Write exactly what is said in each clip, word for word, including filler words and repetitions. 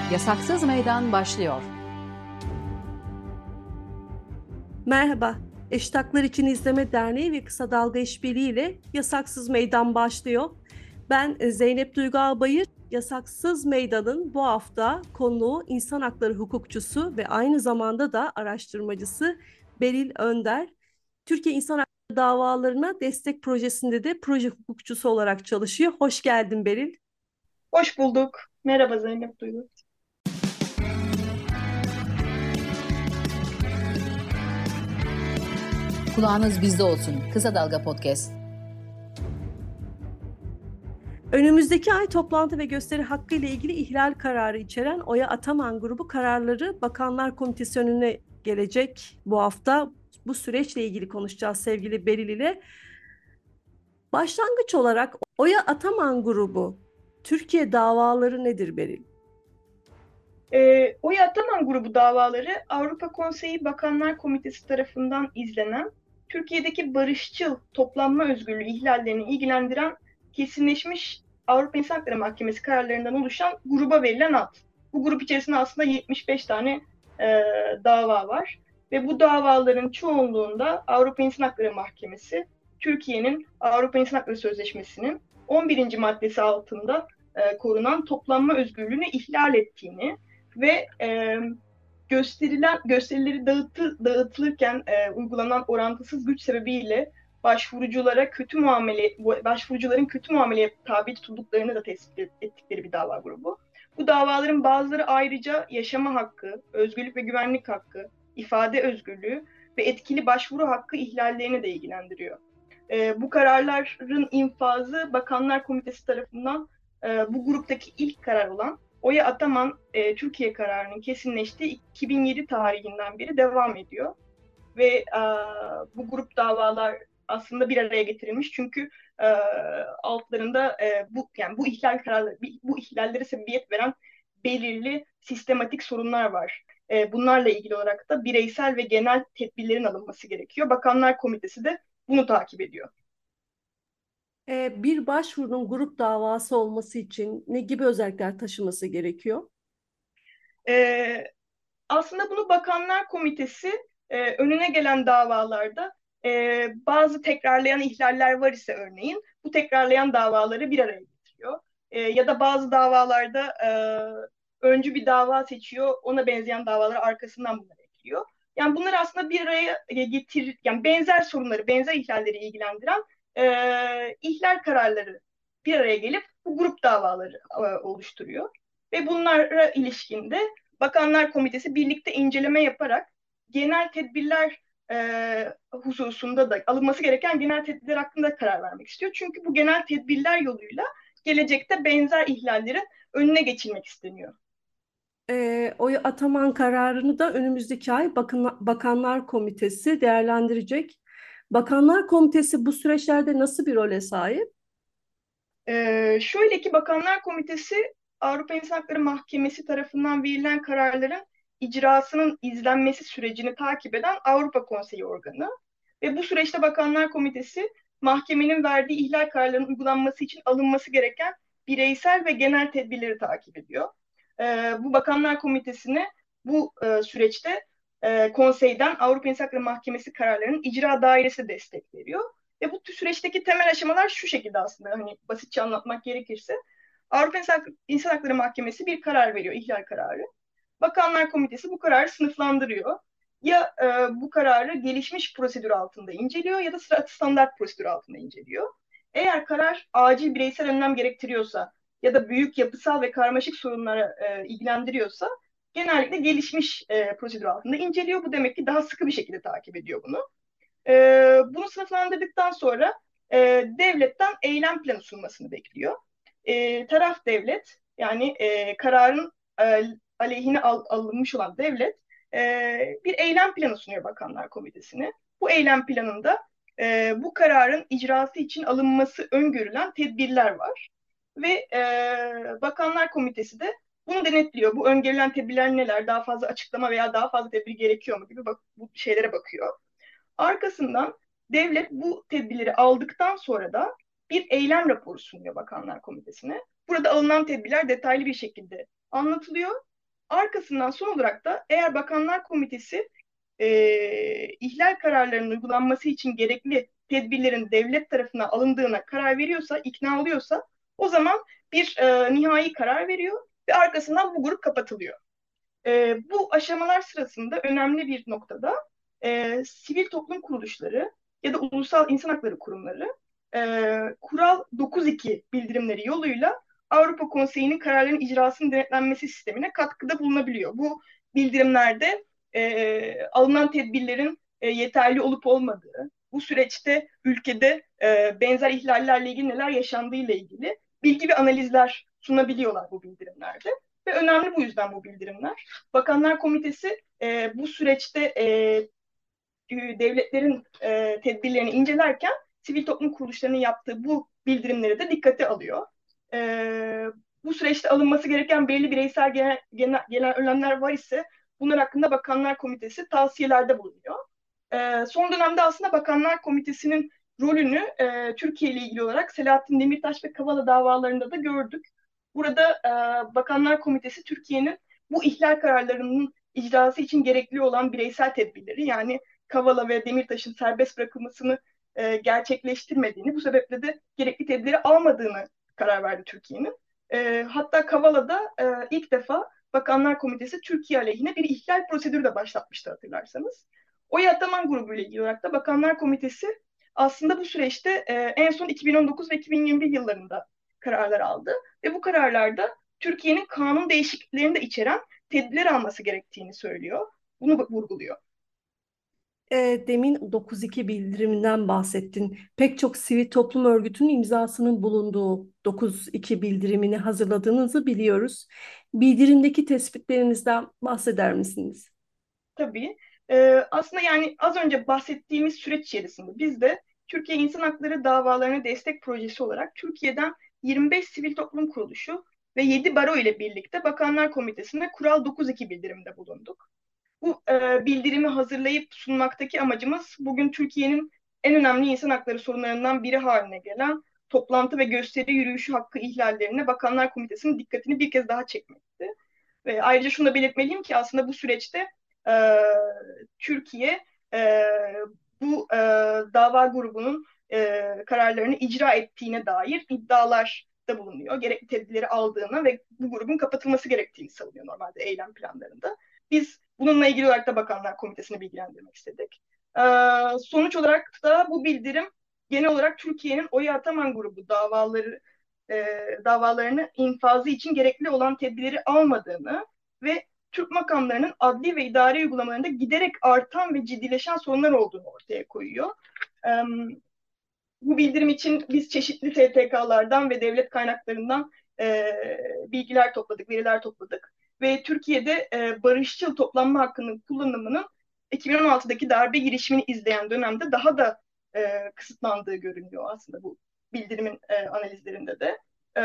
Yasaksız Meydan başlıyor. Merhaba, Eşit Haklar İçin İzleme Derneği ve Kısa Dalga İşbirliği ile Yasaksız Meydan başlıyor. Ben Zeynep Duygu Albayır. Yasaksız Meydan'ın bu hafta konuğu insan hakları hukukçusu ve aynı zamanda da araştırmacısı Beril Önder. Türkiye İnsan Hakları Davalarına Destek Projesi'nde de proje hukukçusu olarak çalışıyor. Hoş geldin Beril. Hoş bulduk. Merhaba Zeynep Duygu. Kulağınız bizde olsun. Kısa Dalga Podcast. Önümüzdeki ay toplantı ve gösteri hakkı ile ilgili ihlal kararı içeren Oya Ataman grubu kararları Bakanlar Komitesi önüne gelecek bu hafta. Bu süreçle ilgili konuşacağız sevgili Beril ile. Başlangıç olarak Oya Ataman grubu Türkiye davaları nedir Beril? E, Oya Ataman grubu davaları Avrupa Konseyi Bakanlar Komitesi tarafından izlenen, Türkiye'deki barışçıl toplanma özgürlüğü ihlallerini ilgilendiren kesinleşmiş Avrupa İnsan Hakları Mahkemesi kararlarından oluşan gruba verilen ad. Bu grup içerisinde aslında yetmiş beş tane e, dava var ve bu davaların çoğunluğunda Avrupa İnsan Hakları Mahkemesi, Türkiye'nin Avrupa İnsan Hakları Sözleşmesi'nin on birinci maddesi altında e, korunan toplanma özgürlüğünü ihlal ettiğini ve e, gösterilen gösterileri dağıtı, dağıtılırken e, uygulanan orantısız güç sebebiyle başvuruculara kötü muamele başvurucuların kötü muameleye tabi tutulduklarını da tespit ettikleri bir dava grubu. Bu davaların bazıları ayrıca yaşama hakkı, özgürlük ve güvenlik hakkı, ifade özgürlüğü ve etkili başvuru hakkı ihlallerini de ilgilendiriyor. E, bu kararların infazı Bakanlar Komitesi tarafından e, bu gruptaki ilk karar olan Oya Ataman e, Türkiye kararının kesinleştiği iki bin yedi tarihinden beri devam ediyor. Ve e, bu grup davalar aslında bir araya getirilmiş çünkü e, altlarında e, bu yani bu ihlal kararları, bu ihlallere sebebiyet veren belirli sistematik sorunlar var. E, bunlarla ilgili olarak da bireysel ve genel tedbirlerin alınması gerekiyor. Bakanlar Komitesi de bunu takip ediyor. Bir başvurunun grup davası olması için ne gibi özellikler taşıması gerekiyor? Ee, aslında bunu Bakanlar Komitesi e, önüne gelen davalarda e, bazı tekrarlayan ihlaller var ise örneğin bu tekrarlayan davaları bir araya getiriyor. E, ya da bazı davalarda e, öncü bir dava seçiyor, ona benzeyen davaları arkasından bunları ekliyor. Yani bunları aslında bir araya getir, yani benzer sorunları, benzer ihlalleri ilgilendiren e, ihlal kararları bir araya gelip bu grup davaları e, oluşturuyor. Ve bunlara ilişkin de Bakanlar Komitesi birlikte inceleme yaparak genel tedbirler e, hususunda da alınması gereken genel tedbirler hakkında karar vermek istiyor. Çünkü bu genel tedbirler yoluyla gelecekte benzer ihlallerin önüne geçilmek isteniyor. E, Oya Ataman kararını da önümüzdeki ay Bakın, Bakanlar Komitesi değerlendirecek. Bakanlar Komitesi bu süreçlerde nasıl bir role sahip? Ee, şöyle ki Bakanlar Komitesi Avrupa İnsan Hakları Mahkemesi tarafından verilen kararların icrasının izlenmesi sürecini takip eden Avrupa Konseyi organı ve bu süreçte Bakanlar Komitesi mahkemenin verdiği ihlal kararlarının uygulanması için alınması gereken bireysel ve genel tedbirleri takip ediyor. Ee, bu Bakanlar Komitesi'ne bu e, süreçte e, konseyden Avrupa İnsan Hakları Mahkemesi kararlarının icra dairesi destek veriyor. Ve bu süreçteki temel aşamalar şu şekilde aslında hani basitçe anlatmak gerekirse. Avrupa İnsan Hakları Mahkemesi bir karar veriyor, ihlal kararı. Bakanlar Komitesi bu kararı sınıflandırıyor. Ya e, bu kararı gelişmiş prosedür altında inceliyor ya da standart prosedür altında inceliyor. Eğer karar acil bireysel önlem gerektiriyorsa ya da büyük yapısal ve karmaşık sorunlara e, ilgilendiriyorsa genellikle gelişmiş e, prosedür altında inceliyor. Bu demek ki daha sıkı bir şekilde takip ediyor bunu. E, bunu sınıflandırdıktan sonra e, devletten eylem planı sunmasını bekliyor. E, taraf devlet yani e, kararın e, aleyhine al, alınmış olan devlet e, bir eylem planı sunuyor Bakanlar Komitesi'ne. Bu eylem planında e, bu kararın icrası için alınması öngörülen tedbirler var. Ve e, Bakanlar Komitesi de bunu denetliyor. Bu öngörülen tedbirler neler? Daha fazla açıklama veya daha fazla tedbir gerekiyor mu gibi bak, bu şeylere bakıyor. Arkasından devlet bu tedbirleri aldıktan sonra da bir eylem raporu sunuyor Bakanlar Komitesi'ne. Burada alınan tedbirler detaylı bir şekilde anlatılıyor Arkasından son olarak da eğer Bakanlar Komitesi e, ihlal kararlarının uygulanması için gerekli tedbirlerin devlet tarafından alındığına karar veriyorsa, ikna oluyorsa o zaman bir e, nihai karar veriyor ve arkasından bu grup kapatılıyor. E, bu aşamalar sırasında önemli bir noktada e, sivil toplum kuruluşları ya da ulusal insan hakları kurumları e, Kural dokuz iki bildirimleri yoluyla Avrupa Konseyi'nin kararlarının icrasının denetlenmesi sistemine katkıda bulunabiliyor. Bu bildirimlerde e, alınan tedbirlerin e, yeterli olup olmadığı, bu süreçte ülkede e, benzer ihlallerle ilgili neler yaşandığı ile ilgili bilgi ve analizler sunabiliyorlar bu bildirimlerde. Ve önemli bu yüzden bu bildirimler. Bakanlar Komitesi e, bu süreçte e, devletlerin e, tedbirlerini incelerken sivil toplum kuruluşlarının yaptığı bu bildirimleri de dikkate alıyor. E, Bu süreçte alınması gereken belli bireysel genel, genel, genel önlemler var ise bunlar hakkında Bakanlar Komitesi tavsiyelerde bulunuyor. E, son dönemde aslında Bakanlar Komitesi'nin rolünü e, Türkiye ile ilgili olarak Selahattin Demirtaş ve Kavala davalarında da gördük. Burada e, Bakanlar Komitesi Türkiye'nin bu ihlal kararlarının icrası için gerekli olan bireysel tedbirleri, yani Kavala ve Demirtaş'ın serbest bırakılmasını e, gerçekleştirmediğini, bu sebeple de gerekli tedbiri almadığını karar verdi Türkiye'nin. E, hatta Kavala'da e, ilk defa Bakanlar Komitesi Türkiye aleyhine bir ihlal prosedürü de başlatmıştı, hatırlarsanız. Oya Ataman grubu ile ilgili olarak da Bakanlar Komitesi aslında bu süreçte e, en son iki bin on dokuz ve iki bin yirmi bir yıllarında kararlar aldı ve bu kararlarda Türkiye'nin kanun değişikliklerini de içeren tedbirler alması gerektiğini söylüyor. Bunu vurguluyor. E, demin dokuz iki bildiriminden bahsettin. Pek çok sivil toplum örgütünün imzasının bulunduğu dokuz iki bildirimini hazırladığınızı biliyoruz. Bildirimdeki tespitlerinizden bahseder misiniz? Tabii. Ee, aslında yani az önce bahsettiğimiz süreç içerisinde biz de Türkiye İnsan Hakları Davalarına Destek Projesi olarak Türkiye'den yirmi beş sivil toplum kuruluşu ve yedi baro ile birlikte Bakanlar Komitesi'nde Kural dokuz iki bildirimde bulunduk. Bu e, bildirimi hazırlayıp sunmaktaki amacımız bugün Türkiye'nin en önemli insan hakları sorunlarından biri haline gelen toplantı ve gösteri yürüyüşü hakkı ihlallerine Bakanlar Komitesi'nin dikkatini bir kez daha çekmekti. Ve ayrıca şunu da belirtmeliyim ki aslında bu süreçte e, Türkiye e, bu e, dava grubunun e, kararlarını icra ettiğine dair iddialar da bulunuyor. Gerekli tedbirleri aldığını ve bu grubun kapatılması gerektiğini savunuyor normalde eylem planlarında. Biz bununla ilgili olarak da Bakanlar Komitesi'ni bilgilendirmek istedik. E, sonuç olarak da bu bildirim genel olarak Türkiye'nin Oya Ataman grubu davaları e, davalarını infazı için gerekli olan tedbirleri almadığını ve Türk makamlarının adli ve idari uygulamalarında giderek artan ve ciddileşen sorunlar olduğunu ortaya koyuyor. E, Bu bildirim için biz çeşitli S T K'lardan ve devlet kaynaklarından e, bilgiler topladık, veriler topladık. Ve Türkiye'de e, barışçıl toplanma hakkının kullanımının iki bin on altıdaki darbe girişimini izleyen dönemde daha da e, kısıtlandığı görünüyor aslında bu bildirimin e, analizlerinde de. E,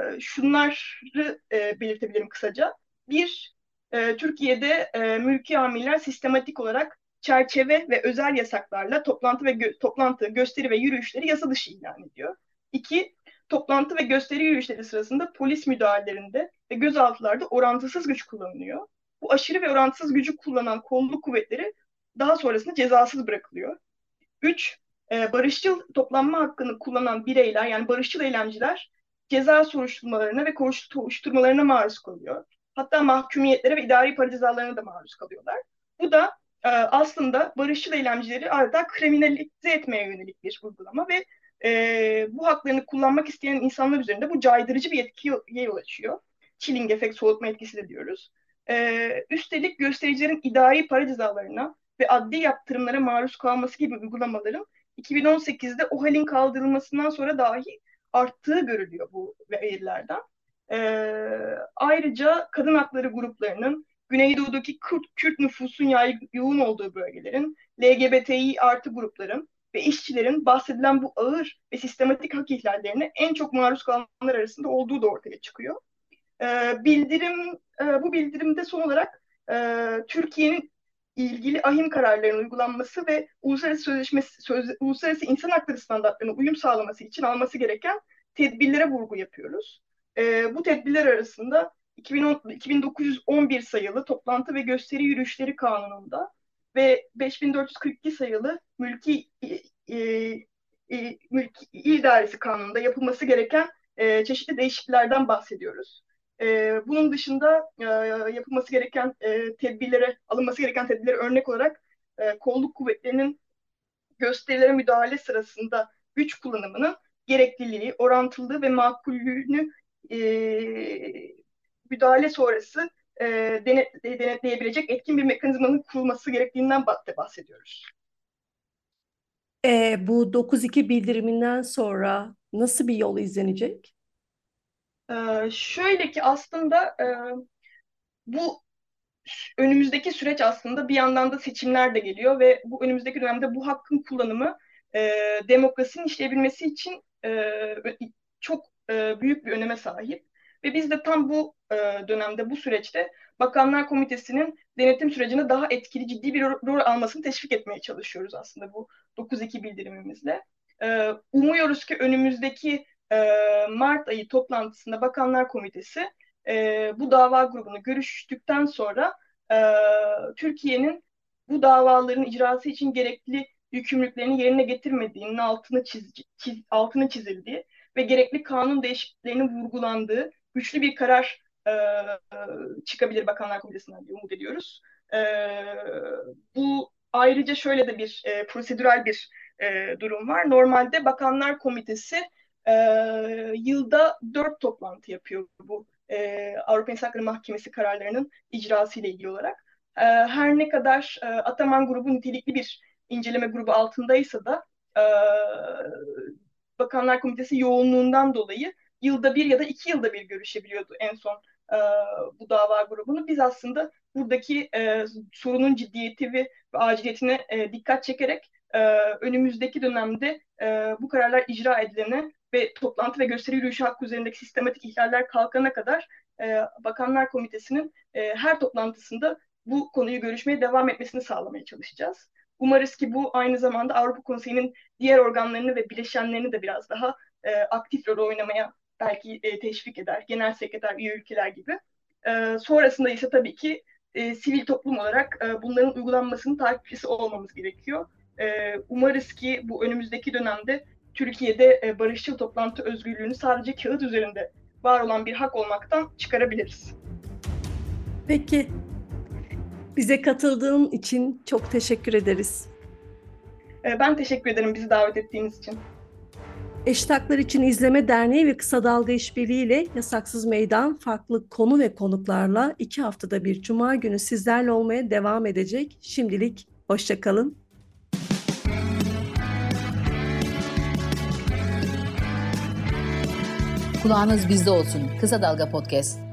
şunları e, belirtebilirim kısaca. Bir, e, Türkiye'de e, mülki amirler sistematik olarak çerçeve ve özel yasaklarla toplantı ve gö- toplantı, gösteri ve yürüyüşleri yasa dışı ilan ediyor. İki, toplantı ve gösteri yürüyüşleri sırasında polis müdahalelerinde ve gözaltılarda orantısız güç kullanılıyor. Bu aşırı ve orantısız gücü kullanan kolluk kuvvetleri daha sonrasında cezasız bırakılıyor. Üç, e, barışçıl toplanma hakkını kullanan bireyler, yani barışçıl eylemciler ceza soruşturmalarına ve kovuşturmalarına maruz kalıyor. Hatta mahkumiyetlere ve idari para cezalarına da maruz kalıyorlar. Bu da e, aslında barışçıl eylemcileri adeta kriminalize etmeye yönelik bir uygulama ve e, bu haklarını kullanmak isteyen insanlar üzerinde bu caydırıcı bir etkiye yol açıyor. Chilling efekt, soğutma etkisi de diyoruz. E, üstelik göstericilerin idari para cezalarına ve adli yaptırımlara maruz kalması gibi uygulamaların iki bin on sekizde o halin kaldırılmasından sonra dahi arttığı görülüyor bu verilerden. Ee, ayrıca kadın hakları gruplarının Güneydoğu'daki Kürt, Kürt nüfusun yaygın, yoğun olduğu bölgelerin, L G B T İ artı grupların ve işçilerin bahsedilen bu ağır ve sistematik hak ihlallerine en çok maruz kalanlar arasında olduğu da ortaya çıkıyor. Ee, bildirim, e, bu bildirimde son olarak e, Türkiye'nin ilgili ahim kararlarının uygulanması ve uluslararası sözleşmesi, söz, uluslararası insan hakları standartlarına uyum sağlaması için alması gereken tedbirlere vurgu yapıyoruz. E, bu tedbirler arasında iki bin dokuz yüz on bir sayılı Toplantı ve Gösteri Yürüyüşleri Kanunu'nda ve beş bin dört yüz kırk iki sayılı Mülki e, e, Mülki İl İdaresi Kanunu'nda yapılması gereken e, çeşitli değişikliklerden bahsediyoruz. E, bunun dışında e, yapılması gereken e, tedbirlere, alınması gereken tedbirlere örnek olarak e, kolluk kuvvetlerinin gösterilere müdahale sırasında güç kullanımının gerekliliği, orantılılığı ve makullüğünü e, müdahale sonrası e, denet, denetleyebilecek etkin bir mekanizmanın kurulması gerektiğinden bahsediyoruz. E, bu dokuz iki bildiriminden sonra nasıl bir yol izlenecek? E, şöyle ki aslında e, bu önümüzdeki süreç aslında bir yandan da seçimler de geliyor ve bu önümüzdeki dönemde bu hakkın kullanımı e, demokrasinin işleyebilmesi için e, çok e, büyük bir öneme sahip. Ve biz de tam bu e, dönemde, bu süreçte Bakanlar Komitesi'nin denetim sürecine daha etkili, ciddi bir rol almasını teşvik etmeye çalışıyoruz aslında bu dokuz iki bildirimimizle. E, umuyoruz ki önümüzdeki e, Mart ayı toplantısında Bakanlar Komitesi e, bu dava grubunu görüştükten sonra e, Türkiye'nin bu davaların icrası için gerekli yükümlülüklerini yerine getirmediğinin altını, çiz, çiz, altını çizildiği ve gerekli kanun değişikliklerinin vurgulandığı güçlü bir karar e, çıkabilir Bakanlar Komitesi'nden diye umut ediyoruz. E, bu ayrıca şöyle de bir e, prosedürel bir e, durum var. Normalde Bakanlar Komitesi e, yılda dört toplantı yapıyor bu e, Avrupa İnsan Hakları Mahkemesi kararlarının icrası ile ilgili olarak. E, her ne kadar e, Ataman grubu nitelikli bir inceleme grubu altındaysa da e, Bakanlar Komitesi yoğunluğundan dolayı yılda bir ya da iki yılda bir görüşebiliyordu en son e, bu dava grubunu. Biz aslında buradaki e, sorunun ciddiyeti ve aciliyetine e, dikkat çekerek e, önümüzdeki dönemde e, bu kararlar icra edilene ve toplantı ve gösteri yürüyüşü hakkı üzerindeki sistematik ihlaller kalkana kadar e, Bakanlar Komitesi'nin e, her toplantısında bu konuyu görüşmeye devam etmesini sağlamaya çalışacağız. Umarız ki bu aynı zamanda Avrupa Konseyi'nin diğer organlarını ve bileşenlerini de biraz daha e, aktif rol oynamaya belki e, teşvik eder. Genel sekreter, üye ülkeler gibi. E, sonrasında ise tabii ki e, sivil toplum olarak e, bunların uygulanmasının takipçisi olmamız gerekiyor. E, umarız ki bu önümüzdeki dönemde Türkiye'de e, barışçıl toplantı özgürlüğünü sadece kağıt üzerinde var olan bir hak olmaktan çıkarabiliriz. Peki, bize katıldığın için çok teşekkür ederiz. E, ben teşekkür ederim bizi davet ettiğiniz için. Eşit Haklar İçin İzleme Derneği ve Kısa Dalga İşbirliği ile Yasaksız Meydan farklı konu ve konuklarla iki haftada bir Cuma günü sizlerle olmaya devam edecek. Şimdilik hoşça kalın. Kulağınız bizde olsun. Kısa Dalga Podcast.